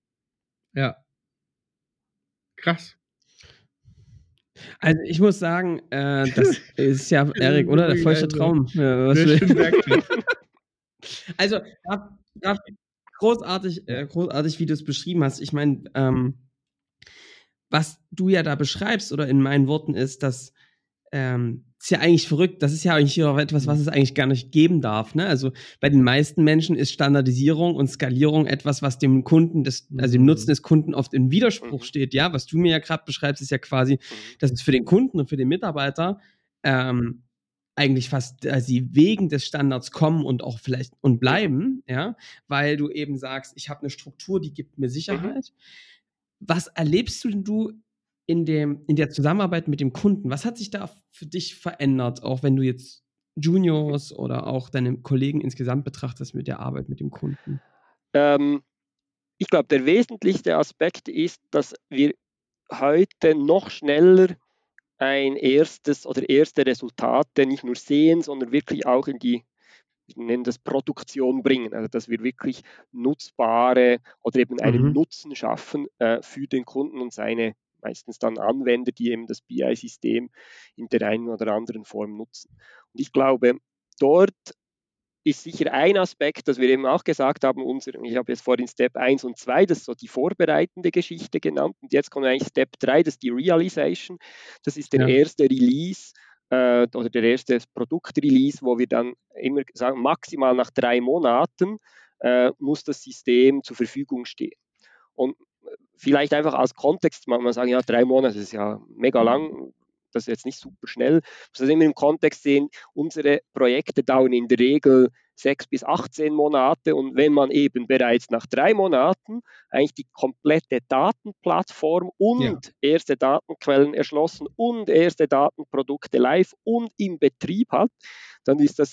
Ja. Krass. Also ich muss sagen, äh, das ist ja, Erik, oder? Der feuchte Traum. Ja, was also, darf, darf, großartig, äh, großartig, wie du es beschrieben hast. Ich meine, ähm, was du ja da beschreibst, oder in meinen Worten ist, dass ähm, ist ja eigentlich verrückt, das ist ja eigentlich auch etwas, was es eigentlich gar nicht geben darf. Ne? Also bei den meisten Menschen ist Standardisierung und Skalierung etwas, was dem Kunden, des, also dem Nutzen des Kunden oft in Widerspruch steht. Ja, was du mir ja gerade beschreibst, ist ja quasi, dass es für den Kunden und für den Mitarbeiter ähm, eigentlich fast äh, sie wegen des Standards kommen und auch vielleicht und bleiben, ja, weil du eben sagst, ich habe eine Struktur, die gibt mir Sicherheit. Was erlebst du denn du in dem, in der Zusammenarbeit mit dem Kunden? Was hat sich da für dich verändert, auch wenn du jetzt Juniors oder auch deine Kollegen insgesamt betrachtest mit der Arbeit mit dem Kunden? Ähm, ich glaube, der wesentlichste Aspekt ist, dass wir heute noch schneller ein erstes oder erste Resultate nicht nur sehen, sondern wirklich auch in die, wir nennen das Produktion bringen, also dass wir wirklich nutzbare oder eben einen mhm. Nutzen schaffen äh, für den Kunden und seine meistens dann Anwender, die eben das B I-System in der einen oder anderen Form nutzen. Und ich glaube, dort ist sicher ein Aspekt, dass wir eben auch gesagt haben, unser, ich habe jetzt vorhin Step eins und zwei, das ist so die vorbereitende Geschichte genannt, und jetzt kommt eigentlich Step drei, das ist die Realization, das ist der ja. erste Release äh, oder der erste Produktrelease, wo wir dann immer sagen, maximal nach drei Monaten äh, muss das System zur Verfügung stehen. Und vielleicht einfach als Kontext, man, man sagen, ja, drei Monate ist ja mega lang, das ist jetzt nicht super schnell. Man muss das immer im Kontext sehen, unsere Projekte dauern in der Regel sechs bis achtzehn Monate und wenn man eben bereits nach drei Monaten eigentlich die komplette Datenplattform und ja. erste Datenquellen erschlossen und erste Datenprodukte live und im Betrieb hat, dann ist das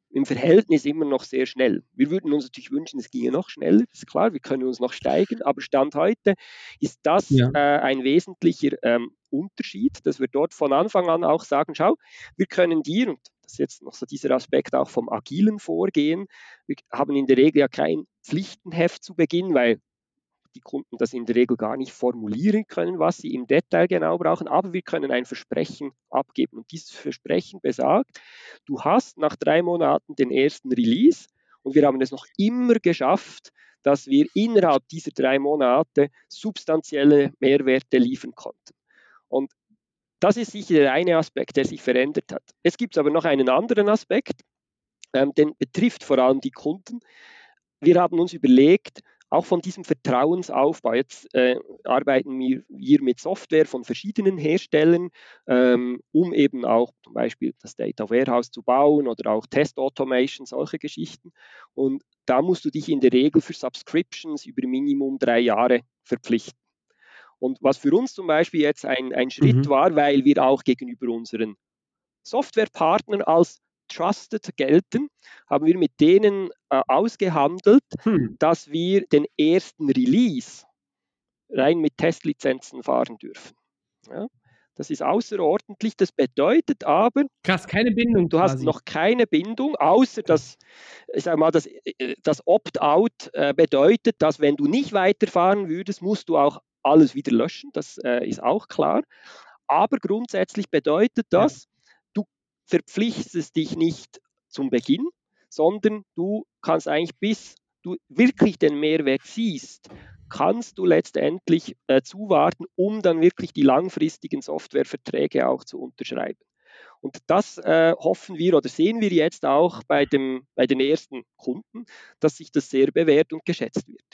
im Verhältnis immer noch sehr schnell. Wir würden uns natürlich wünschen, es ginge noch schneller, ist klar, wir können uns noch steigern, aber Stand heute ist das Ja. äh, ein wesentlicher ähm, Unterschied, dass wir dort von Anfang an auch sagen, schau, wir können dir, und das ist jetzt noch so dieser Aspekt auch vom agilen Vorgehen, wir haben in der Regel ja kein Pflichtenheft zu Beginn, weil die Kunden das in der Regel gar nicht formulieren können, was sie im Detail genau brauchen, aber wir können ein Versprechen abgeben. Und dieses Versprechen besagt, du hast nach drei Monaten den ersten Release und wir haben es noch immer geschafft, dass wir innerhalb dieser drei Monate substanzielle Mehrwerte liefern konnten. Und das ist sicher der eine Aspekt, der sich verändert hat. Es gibt aber noch einen anderen Aspekt, ähm, den betrifft vor allem die Kunden. Wir haben uns überlegt, auch von diesem Vertrauensaufbau, jetzt äh, arbeiten wir, wir mit Software von verschiedenen Herstellern, ähm, um eben auch zum Beispiel das Data Warehouse zu bauen oder auch Test Automation, solche Geschichten. Und da musst du dich in der Regel für Subscriptions über Minimum drei Jahre verpflichten. Und was für uns zum Beispiel jetzt ein, ein Schritt Mhm. war, weil wir auch gegenüber unseren Softwarepartnern als Trusted gelten, haben wir mit denen äh, ausgehandelt, Hm. dass wir den ersten Release rein mit Testlizenzen fahren dürfen. Ja, das ist außerordentlich. Das bedeutet aber, Krass, keine Bindung du hast quasi. noch keine Bindung, außer dass, ich sag mal, das, das Opt-out äh, bedeutet, dass wenn du nicht weiterfahren würdest, musst du auch alles wieder löschen. Das äh, ist auch klar. Aber grundsätzlich bedeutet das, du verpflichtest dich nicht zum Beginn, sondern du kannst eigentlich, bis du wirklich den Mehrwert siehst, kannst du letztendlich äh, zuwarten, um dann wirklich die langfristigen Softwareverträge auch zu unterschreiben. Und das äh, hoffen wir oder sehen wir jetzt auch bei, dem, bei den ersten Kunden, dass sich das sehr bewährt und geschätzt wird.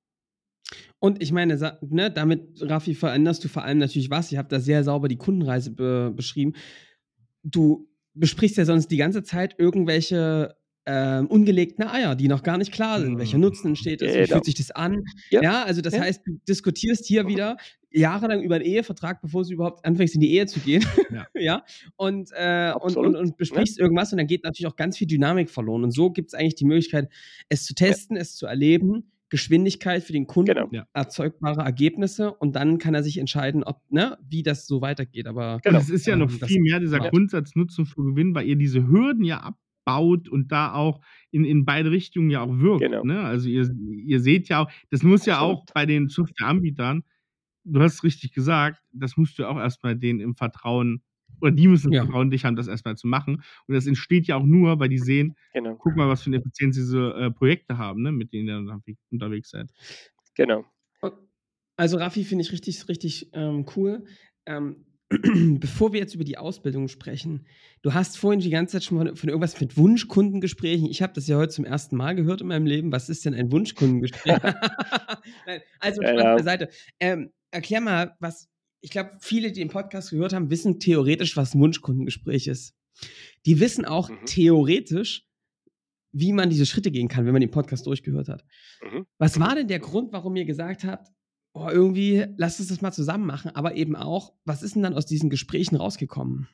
Und ich meine, sa- ne, damit, Raffi, veränderst du vor allem natürlich was. Ich habe da sehr sauber die Kundenreise be beschrieben. Du besprichst ja sonst die ganze Zeit irgendwelche ähm, ungelegten Eier, die noch gar nicht klar sind. Welcher Nutzen entsteht es? Wie Genau. fühlt sich das an? Ja. Ja, also das Ja. heißt, du diskutierst hier Mhm. wieder jahrelang über einen Ehevertrag, bevor du überhaupt anfängst, in die Ehe zu gehen. Ja. Ja, und, äh, und, Absolut. und, und besprichst irgendwas und dann geht natürlich auch ganz viel Dynamik verloren. Und so gibt es eigentlich die Möglichkeit, es zu testen, es zu erleben, Geschwindigkeit für den Kunden, Genau. Ja. erzeugbare Ergebnisse und dann kann er sich entscheiden, ob, ne, wie das so weitergeht. Aber Und Genau. es ist ja noch Ähm, das- viel mehr dieser ja. Grundsatz Nutzen für Gewinn, weil ihr diese Hürden ja abbaut und da auch in, in beide Richtungen ja auch wirkt. Genau. Ne? Also ihr, ihr seht ja auch, das muss ja Absolut. auch bei den Softwareanbietern, du hast es richtig gesagt, das musst du auch erstmal denen im Vertrauen, oder die müssen Ja. Vertrauen in dich haben, das erstmal zu machen. Und das entsteht ja auch nur, weil die sehen, Genau. guck mal, was für eine Effizienz diese äh, Projekte haben, ne, mit denen ihr unterwe- unterwegs seid. Genau. Also Raffi finde ich richtig, richtig ähm, cool. Ähm, bevor wir jetzt über die Ausbildung sprechen, du hast vorhin die ganze Zeit schon von, von irgendwas mit Wunschkundengesprächen. Ich habe das ja heute zum ersten Mal gehört in meinem Leben. Was ist denn ein Wunschkundengespräch? Nein, also Spaß Genau. beiseite. Ähm, erklär mal, was, ich glaube, viele, die den Podcast gehört haben, wissen theoretisch, was ein Wunschkundengespräch ist. Die wissen auch Mhm. theoretisch, wie man diese Schritte gehen kann, wenn man den Podcast durchgehört hat. Mhm. Was war denn der Grund, warum ihr gesagt habt, oh, irgendwie, lasst uns das mal zusammen machen, aber eben auch, was ist denn dann aus diesen Gesprächen rausgekommen?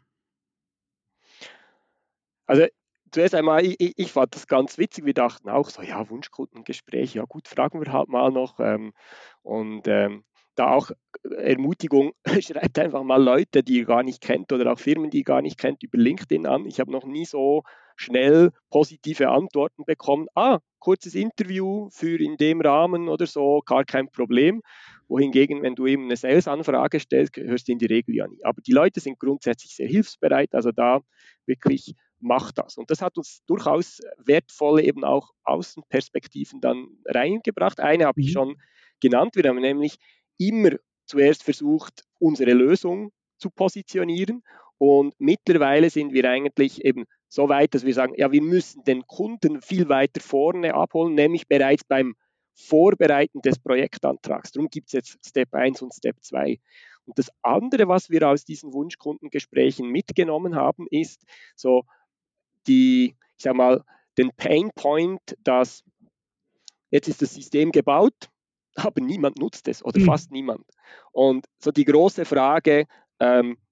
Also zuerst einmal, ich, ich, ich fand das ganz witzig. Wir dachten auch so, ja, Wunschkundengespräch, ja gut, fragen wir halt mal noch. Ähm, und ähm, da auch Ermutigung, schreibt einfach mal Leute, die ihr gar nicht kennt oder auch Firmen, die ihr gar nicht kennt, über LinkedIn an. Ich habe noch nie so schnell positive Antworten bekommen. Ah, kurzes Interview für in dem Rahmen oder so, gar kein Problem. Wohingegen, wenn du eben eine Sales-Anfrage stellst, hörst du in die Regel ja nie. Aber die Leute sind grundsätzlich sehr hilfsbereit, also da wirklich macht das. Und das hat uns durchaus wertvolle eben auch Außenperspektiven dann reingebracht. Eine habe ich Mhm. schon genannt. Wir haben nämlich immer zuerst versucht, unsere Lösung zu positionieren. Und mittlerweile sind wir eigentlich eben so weit, dass wir sagen, ja, wir müssen den Kunden viel weiter vorne abholen, nämlich bereits beim Vorbereiten des Projektantrags. Darum gibt es jetzt Step eins und Step zwei. Und das andere, was wir aus diesen Wunschkundengesprächen mitgenommen haben, ist so die, ich sag mal, den Pain Point, dass jetzt ist das System gebaut, aber niemand nutzt es oder Hm. fast niemand. Und so die große Frage, ähm,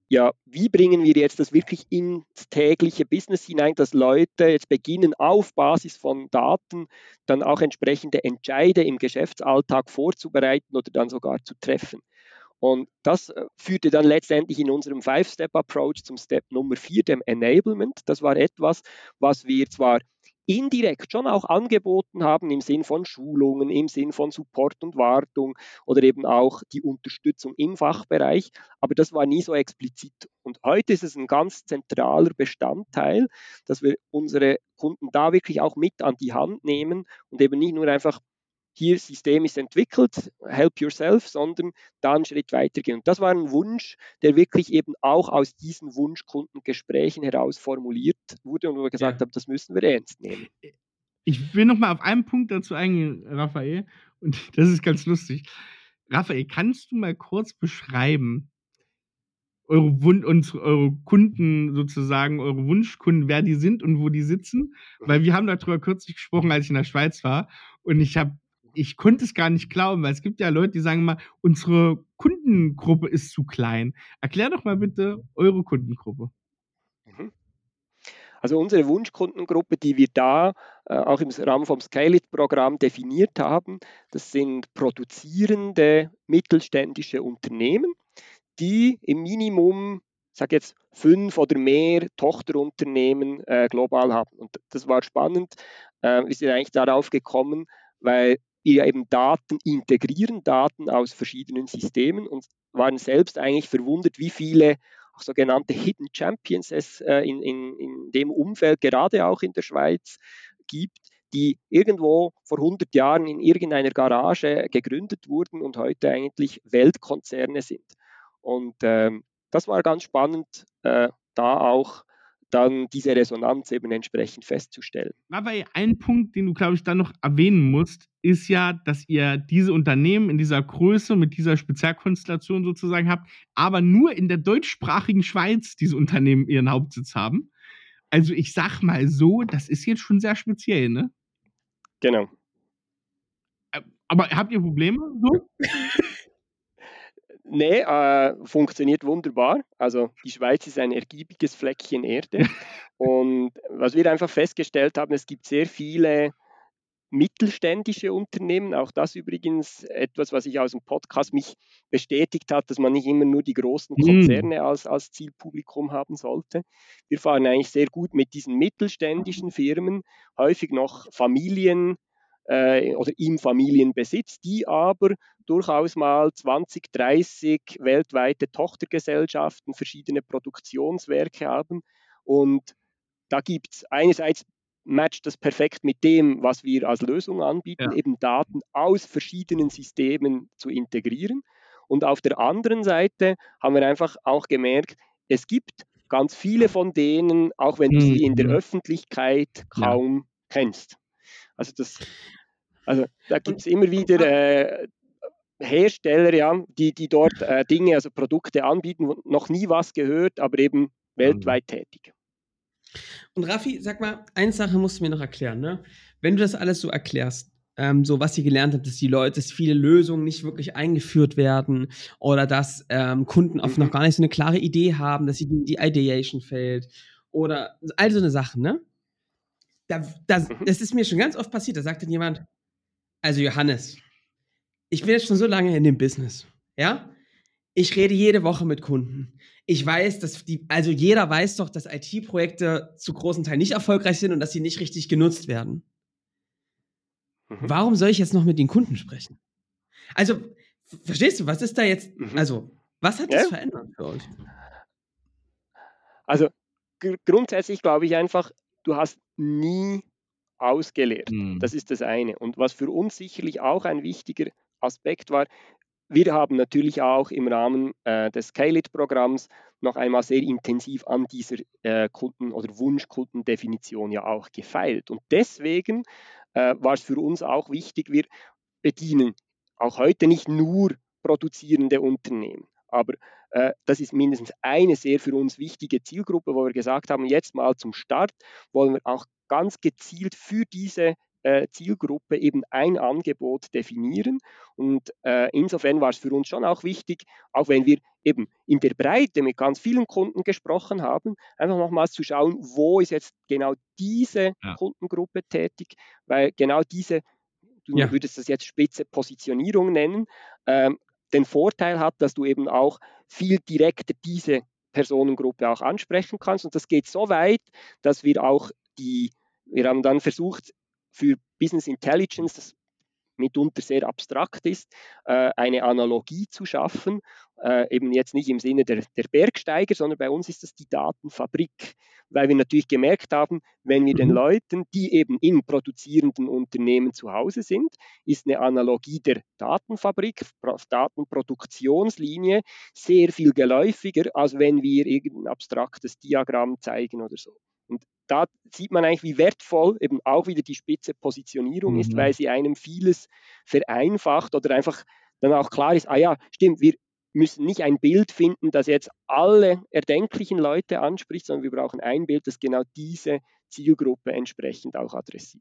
ja, wie bringen wir jetzt das wirklich ins tägliche Business hinein, dass Leute jetzt beginnen, auf Basis von Daten dann auch entsprechende Entscheide im Geschäftsalltag vorzubereiten oder dann sogar zu treffen. Und das führte dann letztendlich in unserem Five-Step-Approach zum Step Nummer vier, dem Enablement. Das war etwas, was wir zwar indirekt schon auch angeboten haben im Sinn von Schulungen, im Sinn von Support und Wartung oder eben auch die Unterstützung im Fachbereich, aber das war nie so explizit. Und heute ist es ein ganz zentraler Bestandteil, dass wir unsere Kunden da wirklich auch mit an die Hand nehmen und eben nicht nur einfach hier System ist entwickelt, help yourself, sondern da einen Schritt weitergehen. Und das war ein Wunsch, der wirklich eben auch aus diesen Wunschkundengesprächen heraus formuliert wurde und wo wir gesagt Ja. haben, das müssen wir ernst nehmen. Ich will noch mal auf einen Punkt dazu eingehen, Raphael, und das ist ganz lustig. Raphael, kannst du mal kurz beschreiben, eure, Wun und eure Kunden sozusagen, eure Wunschkunden, wer die sind und wo die sitzen? Weil wir haben darüber kürzlich gesprochen, als ich in der Schweiz war, und ich habe ich konnte es gar nicht glauben, weil es gibt ja Leute, die sagen immer, unsere Kundengruppe ist zu klein. Erklär doch mal bitte eure Kundengruppe. Also unsere Wunschkundengruppe, die wir da äh, auch im Rahmen vom Scale-It-Programm definiert haben, das sind produzierende mittelständische Unternehmen, die im Minimum, ich sage jetzt, fünf oder mehr Tochterunternehmen äh, global haben. Und das war spannend. Äh, wir sind eigentlich darauf gekommen, weil wir eben Daten integrieren, Daten aus verschiedenen Systemen, und waren selbst eigentlich verwundert, wie viele auch sogenannte Hidden Champions es äh, in, in, in dem Umfeld, gerade auch in der Schweiz, gibt, die irgendwo vor hundert Jahren in irgendeiner Garage gegründet wurden und heute eigentlich Weltkonzerne sind. Und ähm, das war ganz spannend, äh, da auch dann diese Resonanz eben entsprechend festzustellen. Aber ein Punkt, den du, glaube ich, dann noch erwähnen musst, ist ja, dass ihr diese Unternehmen in dieser Größe mit dieser Spezialkonstellation sozusagen habt, aber nur in der deutschsprachigen Schweiz diese Unternehmen ihren Hauptsitz haben. Also ich sag mal so, das ist jetzt schon sehr speziell, ne? Genau. Aber habt ihr Probleme so? Nee, äh, funktioniert wunderbar. Also die Schweiz ist ein ergiebiges Fleckchen Erde. Und was wir einfach festgestellt haben, es gibt sehr viele mittelständische Unternehmen, auch das übrigens etwas, was ich aus dem Podcast mich bestätigt hat, dass man nicht immer nur die großen Konzerne als, als Zielpublikum haben sollte. Wir fahren eigentlich sehr gut mit diesen mittelständischen Firmen, häufig noch Familien äh, oder im Familienbesitz, die aber durchaus mal zwanzig, dreißig weltweite Tochtergesellschaften, verschiedene Produktionswerke haben. Und da gibt es einerseits matcht das perfekt mit dem, was wir als Lösung anbieten, Ja. eben Daten aus verschiedenen Systemen zu integrieren. Und auf der anderen Seite haben wir einfach auch gemerkt, es gibt ganz viele von denen, auch wenn du sie in der Mhm. Öffentlichkeit kaum kennst. Also, das, also da gibt es immer wieder äh, Hersteller, ja, die, die dort äh, Dinge, also Produkte anbieten, wo noch nie was gehört, aber eben weltweit tätig. Und Raffi, sag mal, eine Sache musst du mir noch erklären, ne? Wenn du das alles so erklärst, ähm, so was ihr gelernt habt, dass die Leute, dass viele Lösungen nicht wirklich eingeführt werden oder dass ähm, Kunden oft Mhm. noch gar nicht so eine klare Idee haben, dass ihnen die Ideation fehlt oder all so eine Sachen, ne? Da, das, Mhm. das ist mir schon ganz oft passiert, da sagt dann jemand, also Johannes, ich bin jetzt schon so lange in dem Business, ja? Ich rede jede Woche mit Kunden. Ich weiß, dass die, also jeder weiß doch, dass I T-Projekte zu großen Teilen nicht erfolgreich sind und dass sie nicht richtig genutzt werden. Mhm. Warum soll ich jetzt noch mit den Kunden sprechen? Also, f- verstehst du, was ist da jetzt, Mhm. also, was hat Ja. das verändert für euch? Also gr grundsätzlich glaube ich einfach, du hast nie ausgelernt. Mhm. Das ist das eine. Und was für uns sicherlich auch ein wichtiger Aspekt war, wir haben natürlich auch im Rahmen äh, des Scale-It-Programms noch einmal sehr intensiv an dieser äh, Kunden- oder Wunschkundendefinition ja auch gefeilt. Und deswegen äh, war es für uns auch wichtig, wir bedienen auch heute nicht nur produzierende Unternehmen, aber äh, das ist mindestens eine sehr für uns wichtige Zielgruppe, wo wir gesagt haben, jetzt mal zum Start wollen wir auch ganz gezielt für diese äh, Zielgruppe eben ein Angebot definieren. Und äh, insofern war es für uns schon auch wichtig, auch wenn wir eben in der Breite mit ganz vielen Kunden gesprochen haben, einfach nochmals zu schauen, wo ist jetzt genau diese Ja. Kundengruppe tätig, weil genau diese, du Ja. würdest das jetzt spitze Positionierung nennen, ähm, den Vorteil hat, dass du eben auch viel direkter diese Personengruppe auch ansprechen kannst. Und das geht so weit, dass wir auch die, wir haben dann versucht, für Business Intelligence, das mitunter sehr abstrakt ist, äh, eine Analogie zu schaffen, äh, eben jetzt nicht im Sinne der, der Bergsteiger, sondern bei uns ist das die Datenfabrik, weil wir natürlich gemerkt haben, wenn wir mhm. den Leuten, die eben in produzierenden Unternehmen zu Hause sind, ist eine Analogie der Datenfabrik, Datenproduktionslinie sehr viel geläufiger, als wenn wir irgendein abstraktes Diagramm zeigen oder so. Und da sieht man eigentlich, wie wertvoll eben auch wieder die spitze Positionierung mhm. ist, weil sie einem vieles vereinfacht oder einfach dann auch klar ist, ah ja, stimmt, wir müssen nicht ein Bild finden, das jetzt alle erdenklichen Leute anspricht, sondern wir brauchen ein Bild, das genau diese Zielgruppe entsprechend auch adressiert.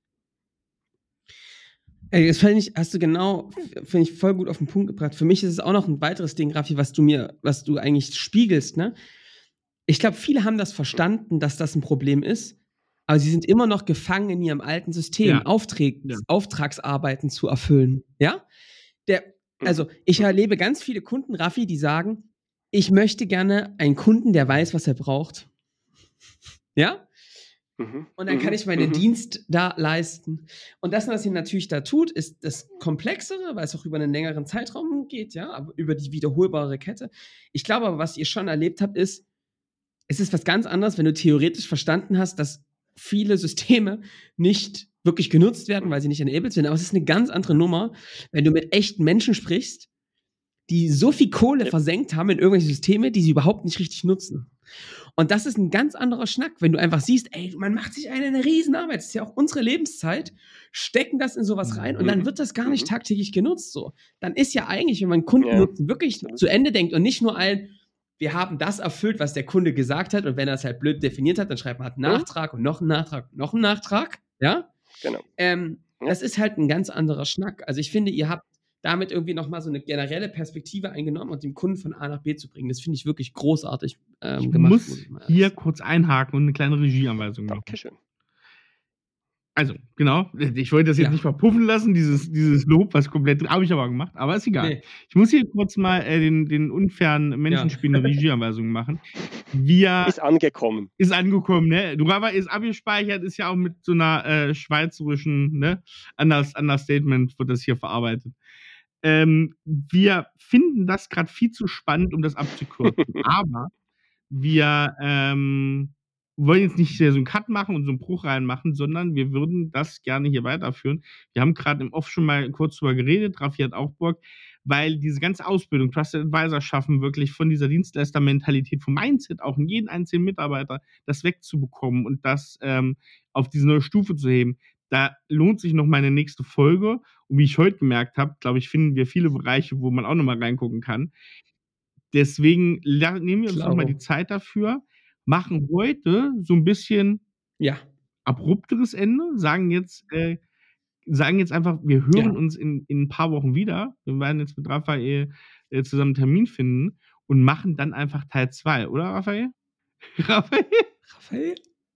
Ey, das finde ich, hast du genau, finde ich voll gut auf den Punkt gebracht. Für mich ist es auch noch ein weiteres Ding, Raffi, was du mir, was du eigentlich spiegelst, ne? Ich glaube, viele haben das verstanden, dass das ein Problem ist, aber sie sind immer noch gefangen in ihrem alten System, ja. Aufträge, ja. Auftragsarbeiten zu erfüllen. Ja? Der, also, ich erlebe ganz viele Kunden, Raffi, die sagen, ich möchte gerne einen Kunden, der weiß, was er braucht. Ja? Mhm. Und dann kann ich meinen mhm. Dienst da leisten. Und das, was ihr natürlich da tut, ist das Komplexere, weil es auch über einen längeren Zeitraum geht, ja, aber über die wiederholbare Kette. Ich glaube aber, was ihr schon erlebt habt, ist, es ist was ganz anderes, wenn du theoretisch verstanden hast, dass viele Systeme nicht wirklich genutzt werden, weil sie nicht enabled sind. Aber es ist eine ganz andere Nummer, wenn du mit echten Menschen sprichst, die so viel Kohle ja. versenkt haben in irgendwelche Systeme, die sie überhaupt nicht richtig nutzen. Und das ist ein ganz anderer Schnack, wenn du einfach siehst, ey, man macht sich eine, eine Riesenarbeit, das ist ja auch unsere Lebenszeit, stecken das in sowas rein und dann wird das gar nicht tagtäglich genutzt. So. Dann ist ja eigentlich, wenn man Kundennutzen ja. wirklich zu Ende denkt und nicht nur ein, wir haben das erfüllt, was der Kunde gesagt hat und wenn er es halt blöd definiert hat, dann schreibt man halt einen Nachtrag und noch einen Nachtrag, noch einen Nachtrag, ja? Genau. Ähm, ja. Das ist halt ein ganz anderer Schnack. Also ich finde, ihr habt damit irgendwie nochmal so eine generelle Perspektive eingenommen und den Kunden von A nach B zu bringen. Das finde ich wirklich großartig ähm, ich gemacht. Muss ich muss hier kurz einhaken und eine kleine Regieanweisung machen. Dankeschön. Also, genau, ich wollte das jetzt ja. nicht verpuffen lassen, dieses, dieses Lob, was komplett, habe ich aber gemacht, aber ist egal. Nee. Ich muss hier kurz mal äh, den, den unfairen Menschenspiel eine ja. Regieanweisung machen. Wir ist angekommen. Ist angekommen, ne? Durava ist abgespeichert, ist ja auch mit so einer äh, schweizerischen, ne? Anders, Understatement wird das hier verarbeitet. Ähm, wir finden das gerade viel zu spannend, um das abzukürzen. Aber wir, ähm, wollen jetzt nicht so einen Cut machen und so einen Bruch reinmachen, sondern wir würden das gerne hier weiterführen. Wir haben gerade im Off schon mal kurz drüber geredet, Raffi hat auch Bock, weil diese ganze Ausbildung, Trusted Advisor schaffen, wirklich von dieser Dienstleister-Mentalität, vom Mindset auch in jeden einzelnen Mitarbeiter, das wegzubekommen und das ähm, auf diese neue Stufe zu heben. Da lohnt sich noch meine nächste Folge. Und wie ich heute gemerkt habe, glaube ich, finden wir viele Bereiche, wo man auch noch mal reingucken kann. Deswegen nehmen wir uns noch mal die Zeit dafür, machen heute so ein bisschen ja. abrupteres Ende, sagen jetzt, äh, sagen jetzt einfach, wir hören ja. uns in, in ein paar Wochen wieder. Wir werden jetzt mit Raphael äh, zusammen einen Termin finden und machen dann einfach Teil zwei, oder Raphael? Raphael? Raphael?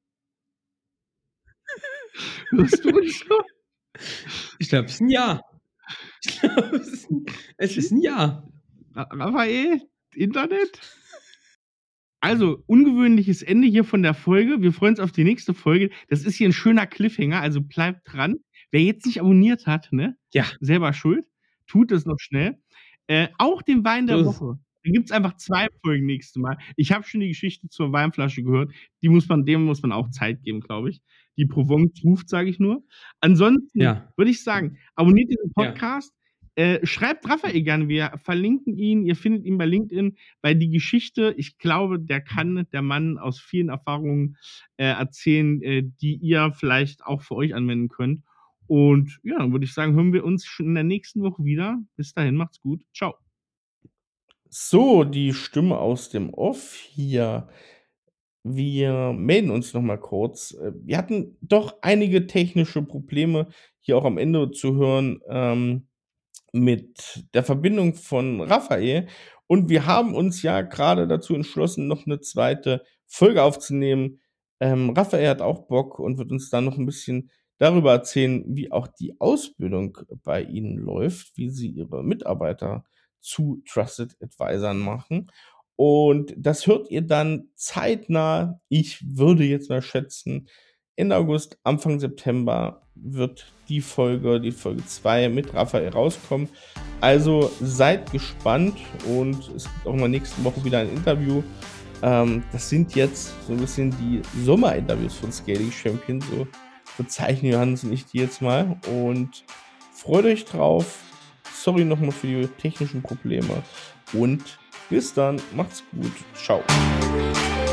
Hörst du uns schon? Ich glaube, es ist ein Ja. Ich glaube, es ist ein, es ist ein Ja. Raphael? Internet? Also, ungewöhnliches Ende hier von der Folge. Wir freuen uns auf die nächste Folge. Das ist hier ein schöner Cliffhanger, also bleibt dran. Wer jetzt nicht abonniert hat, ne? Ja. Selber schuld. Tut es noch schnell. Äh, auch den Wein der das. Woche. Da gibt es einfach zwei Folgen nächstes Mal. Ich habe schon die Geschichte zur Weinflasche gehört. Die muss man, dem muss man auch Zeit geben, glaube ich. Die Provence ruft, sage ich nur. Ansonsten ja. würde ich sagen, abonniert diesen Podcast. Ja. Äh, schreibt Raphael gerne, wir verlinken ihn, ihr findet ihn bei LinkedIn, weil die Geschichte, ich glaube, der kann der Mann aus vielen Erfahrungen äh, erzählen, äh, die ihr vielleicht auch für euch anwenden könnt. Und ja, dann würde ich sagen, hören wir uns schon in der nächsten Woche wieder. Bis dahin, macht's gut. Ciao. So, die Stimme aus dem Off hier. wir melden uns nochmal kurz. Wir hatten doch einige technische Probleme, hier auch am Ende zu hören, ähm, mit der Verbindung von Raphael. Und wir haben uns ja gerade dazu entschlossen, noch eine zweite Folge aufzunehmen. Ähm, Raphael hat auch Bock und wird uns dann noch ein bisschen darüber erzählen, wie auch die Ausbildung bei Ihnen läuft, wie Sie Ihre Mitarbeiter zu Trusted Advisern machen. Und das hört ihr dann zeitnah. Ich würde jetzt mal schätzen, Ende August, Anfang September wird die Folge, die Folge zwei mit Raphael rauskommen. Also seid gespannt und es gibt auch in der nächsten Woche wieder ein Interview. Ähm, das sind jetzt so ein bisschen die Sommerinterviews von Scaling Champion, so bezeichnen Johannes und ich die jetzt mal. Und freut euch drauf. Sorry nochmal für die technischen Probleme und bis dann. Macht's gut. Ciao.